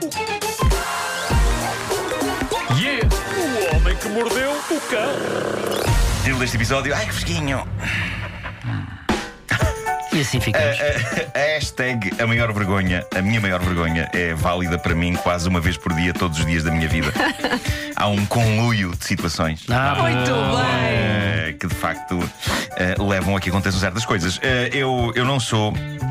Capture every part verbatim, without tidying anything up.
Yeah! O homem que mordeu o cão. Título deste episódio: ai que fresquinho. E assim ficamos. A, a, a hashtag a maior vergonha, a minha maior vergonha, é válida para mim quase uma vez por dia, todos os dias da minha vida. Há um conluio de situações Ah, Muito eh, bem! que de facto eh, levam a que aconteçam certas coisas. Eh, eu, eu não sou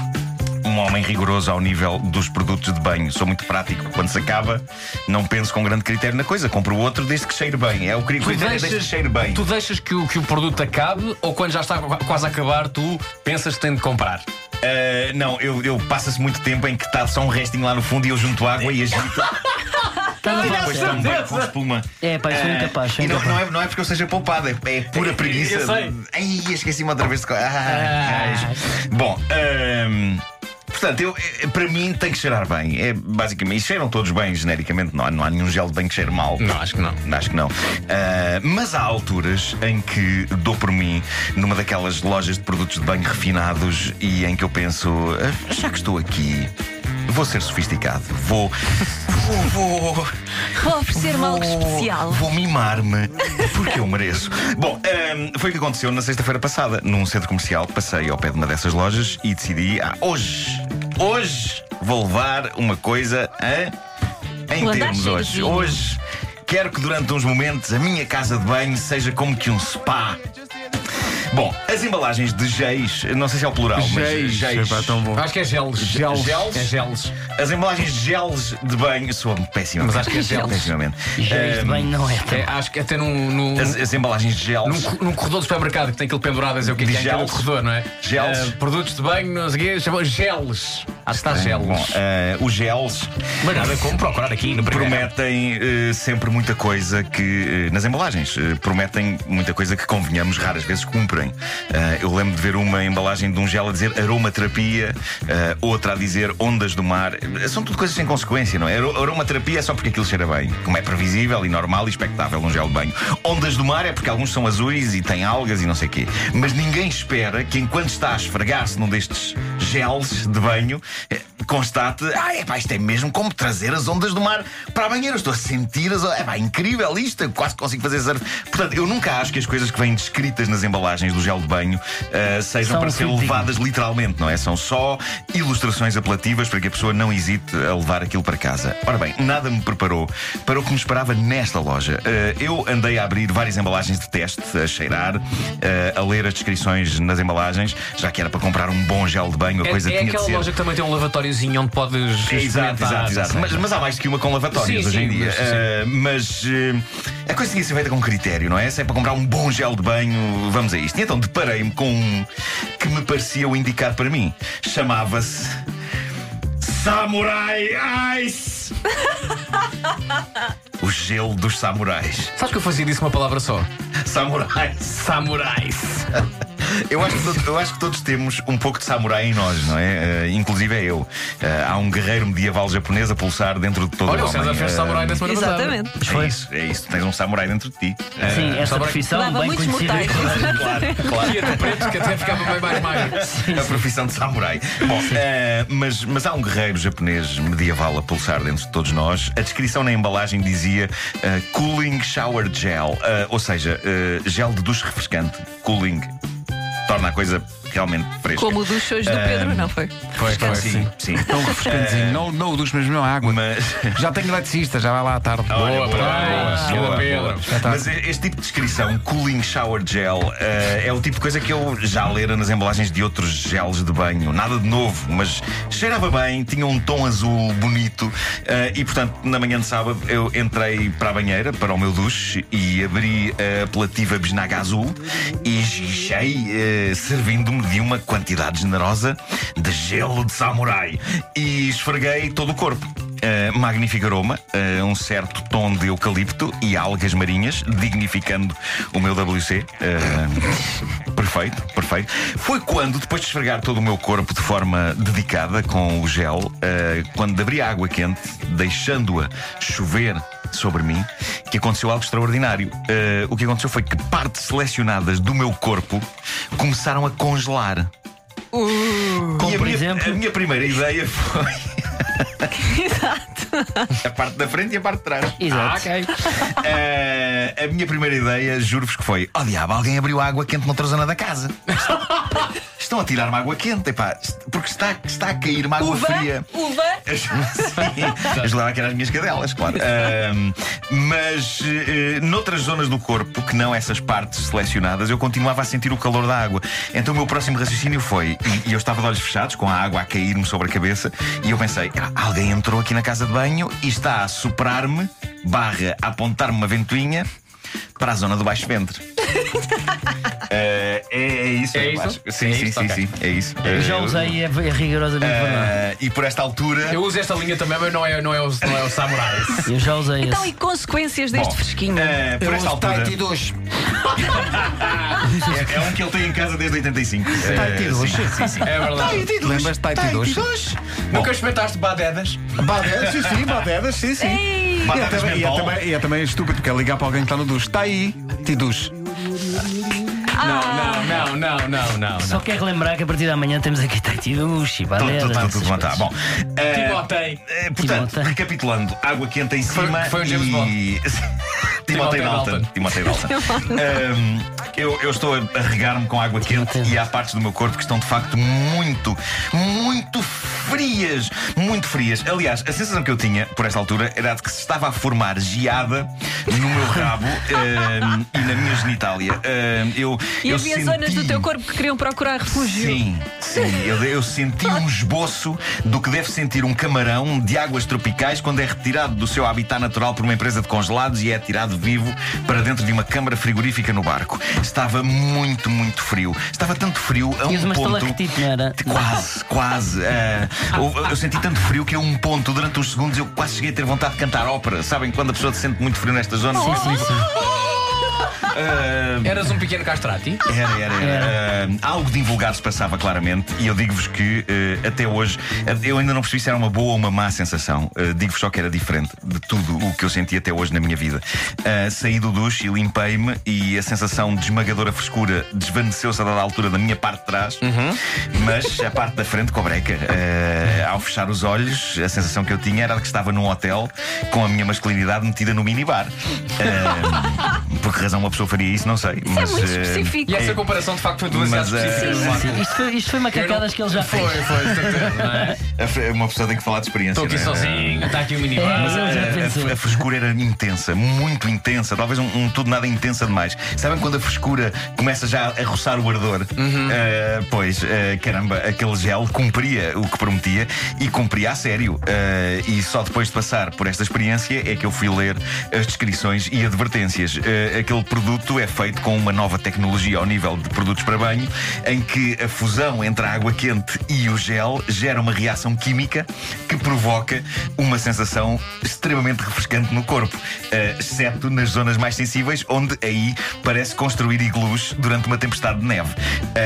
um homem rigoroso ao nível dos produtos de banho. Sou muito prático. Quando se acaba, não penso com grande critério na coisa. Compro outro desde que cheire bem. É o critério desde que cheire bem. Tu deixas que o, que o produto acabe ou quando já está quase a acabar, tu pensas que tem de comprar? Uh, não, eu, eu passa-se muito tempo em que está só um restinho lá no fundo e eu junto água e agito. E depois também com espuma. É, pá, sou Uh, incapaz. Sou E não, incapaz. não, é, não é porque eu seja poupado, é, é pura preguiça. Eu sei. Ai, esqueci-me outra vez de co- ah, raios. Bom, ahm, portanto, eu, eh, para mim tem que cheirar bem. É basicamente. E cheiram todos bem, genericamente. Não há, não há nenhum gel de banho que cheire mal. Não, acho que não. Acho que não. Ah, mas há alturas em que dou por mim numa daquelas lojas de produtos de banho refinados e em que eu penso: "Ah, já que estou aqui, vou ser sofisticado. Vou. Vou. vou Vou oferecer-me algo Vou- especial. Vou mimar-me, porque eu mereço. Bom, hum, foi o que aconteceu na sexta-feira passada. Num centro comercial, passei ao pé de uma dessas lojas e decidi: ah, hoje, hoje vou levar uma coisa a, em Vou andar termos hoje. cheirosinho. Hoje quero que durante uns momentos a minha casa de banho seja como que um spa. Bom, as embalagens de géis, não sei se é o plural, mas Géis, géis. epá, tão bom. Acho que é geles. Geles. Geles? É geles. As embalagens de geles de banho soam pessimamente. Mas acho que é geles. Pessimamente. Géis de Hum, banho não é tão. É, acho que até num, num, As, as embalagens de num, geles. num corredor do supermercado que tem aquele pendurado a dizer o que é que é De aquele geles. corredor, não é? Geles. Ah, produtos de banho, não sei o quê, chamam geles. Acho que está geles. Bom, eh, os gels Mas nada como procurar aqui no primeiro. prometem eh, sempre muita coisa que. eh, nas embalagens, eh, prometem muita coisa que, convenhamos, raras vezes cumprem. Eh, eu lembro de ver uma embalagem de um gel a dizer aromaterapia, eh, outra a dizer ondas do mar. Eh, São tudo coisas sem consequência, não é? Aro- Aromaterapia é só porque aquilo cheira bem, como é previsível e normal e expectável um gel de banho. Ondas do mar é porque alguns são azuis e têm algas e não sei o quê. Mas ninguém espera que, enquanto está a esfregar-se num destes gels de banho, eh, constate: ah, é pá, isto é mesmo como trazer as ondas do mar para a banheira. Estou a sentir as. É pá, incrível isto, eu quase consigo fazer surf. Portanto, eu nunca acho que as coisas que vêm descritas nas embalagens do gel de banho eh, sejam São para ser fidedignas. levadas literalmente, não é? São só ilustrações apelativas para que a pessoa não hesite a levar aquilo para casa. Ora bem, nada me preparou para o que me esperava nesta loja. Eh, eu andei a abrir várias embalagens de teste, a cheirar, eh, a ler as descrições nas embalagens, já que era para comprar um bom gel de banho, a É, coisa é tinha aquela de ser. loja que também tem um lavatóriozinho onde podes. É, exato, experimentar, exato, exato. não Mas, sei. mas há mais do que uma com lavatórios Sim, hoje sim, em dia. mas, sim. Ah, mas ah, a coisa tinha de ser feita com critério, não é? Se é para comprar um bom gel de banho, vamos a isto. E então deparei-me com um que me parecia o indicado para mim. Chamava-se Samurai Ice! O gelo dos samurais. Sabes que eu fazia disso uma palavra só? Samurais. Samurais. Eu acho, que todos, eu acho que todos temos um pouco de samurai em nós, não é? Uh, inclusive é eu. Uh, há um guerreiro medieval japonês a pulsar dentro de todo Olha, o o homem. César fez Uh, samurai na semana passada. Exatamente. É isso, é isso. Tens um samurai dentro de ti. Sim, Uh, essa samurai- profissão Lava bem muitos conhecida. mortais. Claro, claro. E até preto, que até ficava bem mais magro. A profissão de samurai. Bom, eh, mas, mas há um guerreiro japonês medieval a pulsar dentro de todos nós. A descrição na embalagem dizia eh, Cooling Shower Gel, eh, ou seja, eh, gel de duche refrescante. Cooling torna a coisa realmente fresca. Como o dos shows do Pedro, não foi? Foi, foi, Sim, sim. Tão refrescantezinho. Não, não o ducho, mas não a água. Mas. Já tenho eletricista, já vai lá à tarde. Olha, Boa, parabéns. boa, Boa, boa, Pedro. boa. tá. Mas este tipo de descrição, Cooling Shower Gel, eh, é o tipo de coisa que eu já lera nas embalagens de outros gels de banho. Nada de novo, mas cheirava bem, tinha um tom azul bonito. eh, e portanto, na manhã de sábado, eu entrei para a banheira, para o meu duche, e abri a apelativa bisnaga azul e esguichei, eh, servindo-me de uma quantidade generosa de gelo de samurai. E esfreguei todo o corpo. Uh, magnífico aroma, uh, um certo tom de eucalipto e algas marinhas, dignificando o meu W C. Uh, perfeito, perfeito. Foi quando, depois de esfregar todo o meu corpo de forma dedicada com o gel, uh, quando abri a água quente, deixando-a chover sobre mim, que aconteceu algo extraordinário. Uh, o que aconteceu foi que partes selecionadas do meu corpo começaram a congelar. Uh, E Como a por minha, exemplo? a minha primeira ideia foi. exato. A parte da frente e a parte de trás. Exato. Ah, ok. Uh, a minha primeira ideia, juro-vos que foi: oh diabo, alguém abriu água quente noutra zona da casa. Estão a tirar-me água quente, epá, porque está, está a cair-me água Uva? fria. Uva? Sim, eu julgava que eram as minhas cadelas, claro. Ahm, mas uh, noutras zonas do corpo, que não essas partes selecionadas, eu continuava a sentir o calor da água. Então o meu próximo raciocínio foi, e, e eu estava de olhos fechados, com a água a cair-me sobre a cabeça, e eu pensei: ah, alguém entrou aqui na casa de banho e está a soprar-me, barra, a apontar-me uma ventoinha para a zona do baixo ventre. Uh, é, é isso, É eu isso? acho. Sim, É sim, isso? sim, Ok. sim, é isso. Eu já Uh, usei e é, é rigorosamente verdade. uh, E por esta altura. Eu uso esta linha também, mas não é, não é, o, não é o samurai. Eu já usei Então, esse. e consequências deste Bom, fresquinho? uh, por esta altura. Tight dois. É, é um que ele tem em casa desde oitenta e cinco. Tight Uh, dois. sim, sim, sim. É verdade. Lembras-te de Tight dois? Nunca experimentaste badedas? Badedas, sim, sim, badedas, sim, sim. Ei! E é, Batatas também, e, é mentol. também, e é também estúpido, porque é ligar para alguém que está no duche. Está aí, Tidus. Não, não, não, não, não. Só quero lembrar que a partir da manhã temos aqui Taitidushi, Tudo, tudo, tudo, tudo bom, tá. Bom, uh, Timotei. uh, portanto, Timotei. recapitulando, água quente em Foi- cima. foi o James e... Timotei Timotei Dalton. Dalton. Timotei Dalton. Um, eu, eu estou a regar-me com água quente Timotei. e há partes do meu corpo que estão de facto muito, muito frias. Muito frias. Aliás, a sensação que eu tinha por esta altura era de que se estava a formar geada no meu rabo um, e na minha genitália. Um, eu, E eu havia senti... zonas do teu corpo que queriam procurar refúgio. Sim, sim. Eu, eu senti um esboço do que deve sentir um camarão de águas tropicais quando é retirado do seu habitat natural por uma empresa de congelados e é atirado vivo para dentro de uma câmara frigorífica no barco. Estava muito, muito frio. Estava tanto frio a um Tinhas uma ponto. estalactite, não era? Quase, quase. Ah, eu, eu senti tanto frio que a um ponto, durante uns segundos, eu quase cheguei a ter vontade de cantar ópera. Sabem quando a pessoa se sente muito frio nestas zonas? Sim, sim. Ah, Eras um pequeno castrati? Era, era, era. Uh, algo de invulgar se passava claramente. E eu digo-vos que uh, até hoje uh, eu ainda não percebi se era uma boa ou uma má sensação. Uh, digo-vos só que era diferente de tudo o que eu senti até hoje na minha vida. Uh, saí do duche e limpei-me, e a sensação de esmagadora frescura desvaneceu-se a dada altura da minha parte de trás, mas a parte da frente cobreca. Uh, ao fechar os olhos, a sensação que eu tinha era de que estava num hotel com a minha masculinidade metida no minibar. Uh, por que razão uma pessoa faria isso, não sei. Isso mas, é muito uh, específico. E essa comparação de facto foi demasiado Mas, eh, específica. Sim, isto foi, isto foi macacadas que ele já Foi, fez. foi, certeza, não é? Uma pessoa tem que falar de experiência. Estou aqui não é? sozinho, está aqui o minibar. É, mas eu já A- pensei. A, a frescura era intensa, muito intensa, talvez um, um tudo nada intensa demais. Sabem quando a frescura começa já a roçar o ardor? Uhum. Uh, pois, uh, caramba, aquele gel cumpria o que prometia e cumpria a sério. Uh, e só depois de passar por esta experiência é que eu fui ler as descrições e advertências. Uh, aquele produto é feito com uma nova tecnologia ao nível de produtos para banho, em que a fusão entre a água quente e o gel gera uma reação química que provoca uma sensação extremamente refrescante no corpo, uh, exceto nas zonas mais sensíveis, onde aí parece construir iglus durante uma tempestade de neve.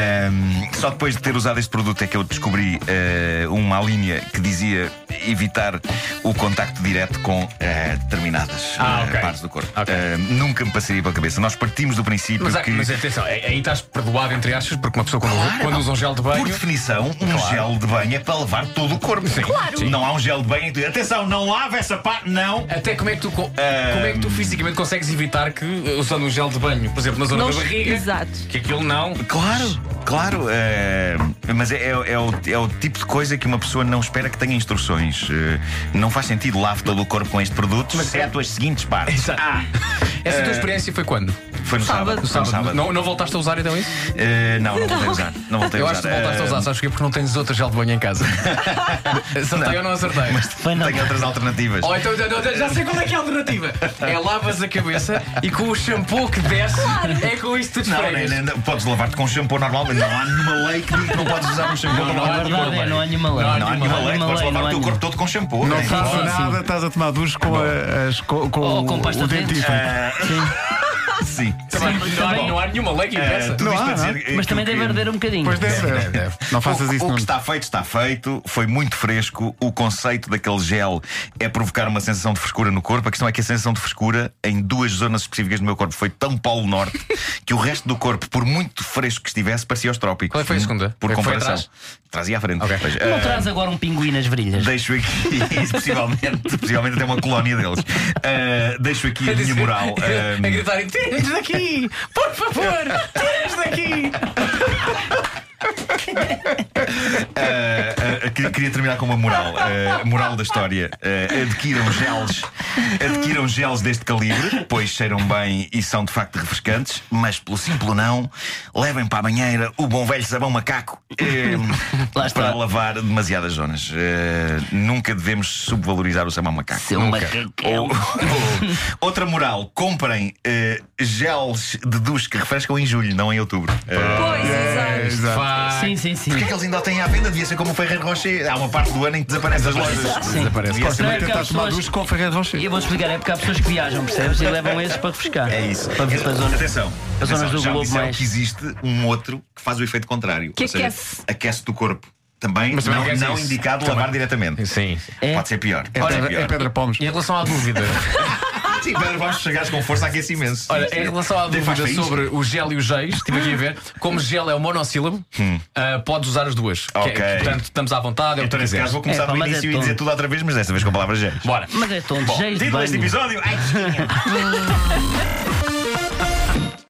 Um, só depois de ter usado este produto é que eu descobri uh, uma linha que dizia evitar o contacto direto com uh, determinadas Ah, uh, ok. partes do corpo. Ok. Uh, nunca me passaria pela cabeça. Nós partimos do princípio Mas, que. mas atenção, aí estás perdoado entre aspas, porque uma pessoa quando, usa, quando usa um gel de banho. Por definição, um gel de banho é para lavar todo o corpo. Claro. Sim. Não há um gel de banho em que tu... Atenção, não lava essa parte, não. Até como é que tu co- Ah, como é que tu fisicamente consegues evitar que, usando um gel de banho, por exemplo, na zona Não- da barriga, Exato. que aquilo não. Claro, claro. eh, mas é, é, é o, é o tipo de coisa que uma pessoa não espera que tenha instruções. Eh, não faz sentido lave todo o corpo com este produto, Mas- exceto as seguintes partes. Exato. Ah, Essa tua eh, experiência foi quando? Foi no sábado. Sábado. Foi no sábado. Não, não voltaste a usar então isso? Eh, não, não voltei a usar. Não voltei a Eu usar. acho que tu voltaste a Eh, usar, sabes porquê? Porque não tens outro gel de banho em casa. Acertei ou não acertei? Foi não. Tenho outras alternativas. Ou então, não, não, já sei qual é que é a alternativa. É lavas a cabeça e com o shampoo que desce, é com isso que tu te Não, esfregas. nem- nem- podes lavar-te com shampoo normal, mas não há nenhuma lei que diga que não podes usar um shampoo Não, para não lavar há o teu nenhuma corpo. Verdade é, não há nenhuma lei. Não há Não há nenhuma lei, tu podes lei, lavar não o teu há corpo todo com shampoo. Não É faça sim, sim. nada, estás a tomar duche com, a- as, com, com Ou com o pasta de dentes. dentífrico. Ah, Sim. Também não, há, não há nenhuma lei que Eh, impeça. tudo Não isto há, para não. dizer Mas que também o deve que- arder um bocadinho. Pois deve, Deve, deve. deve. Não faças o, isso, o Nuno. que está feito, está feito. Foi muito fresco. O conceito daquele gel é provocar uma sensação de frescura no corpo. A questão é que a sensação de frescura em duas zonas específicas do meu corpo foi tão polo norte que o resto do corpo, por muito fresco que estivesse, parecia aos trópicos. Qual é que foi a segunda? Por Foi comparação. atrás? Atrás e à frente. Ok. Pois, Não eh, traz agora um pinguim nas virilhas. Deixo aqui, isso, possivelmente, possivelmente até uma colónia deles. Eh, deixo aqui a minha moral. eh, A gritar: tira-nos daqui! Por favor! Tira-nos daqui! Uh, uh, queria, queria terminar com uma moral. Uh, moral da história. Uh, adquiram gels. Adquiram gels deste calibre, pois cheiram bem e são de facto refrescantes, mas pelo simples não, levem para a banheira o bom velho sabão macaco uh, Lá está. para lavar demasiadas zonas. Uh, nunca devemos subvalorizar o sabão macaco. Seu Nunca. macacão. Ou- ou- outra moral: comprem uh, gels de duche que refrescam em julho, não em outubro. Uh, Pois, É, exato. exato. Vai. Sim, sim, sim. Porquê é que eles ainda o têm à venda? Devia ser como o Ferreiro Rocher. Há uma parte do ano em que desaparecem as lojas. Sim. Desaparece. Devia ser Não, Também é que há tentar tomar pessoas- duche com Ferreiro Rocher. E eu vou-te explicar, é porque há pessoas que viajam, percebes? E levam esses para refrescar. É isso. Para, para zonas. Atenção. as zonas Atenção, do já me globo disseram mais. que existe um outro que faz o efeito contrário. Que Ou seja, aquece. aquece-o corpo. Também Mas também não, aquece não isso. indicado Também. lavar diretamente. Sim. É? Pode ser pior. É Pode ser pedra, é pior. pedra pomos. E em relação à dúvida, Sim, Pedro, vamos chegar com força, aquece imenso. olha, em relação à Tem- faz dúvida faísca. sobre o gel e os géis, estive aqui a ver, como gel é o monossílabo, ah, podes usar as duas. Que é- Ok. portanto, estamos à vontade, é o que Então, tu nesse quiseres. caso, vou começar É, pá, do mas é início e tonto. dizer tudo outra vez, mas desta vez com palavras géis. Bora. Mas é tonto, Bom, géis de título deste banho. episódio. Ai,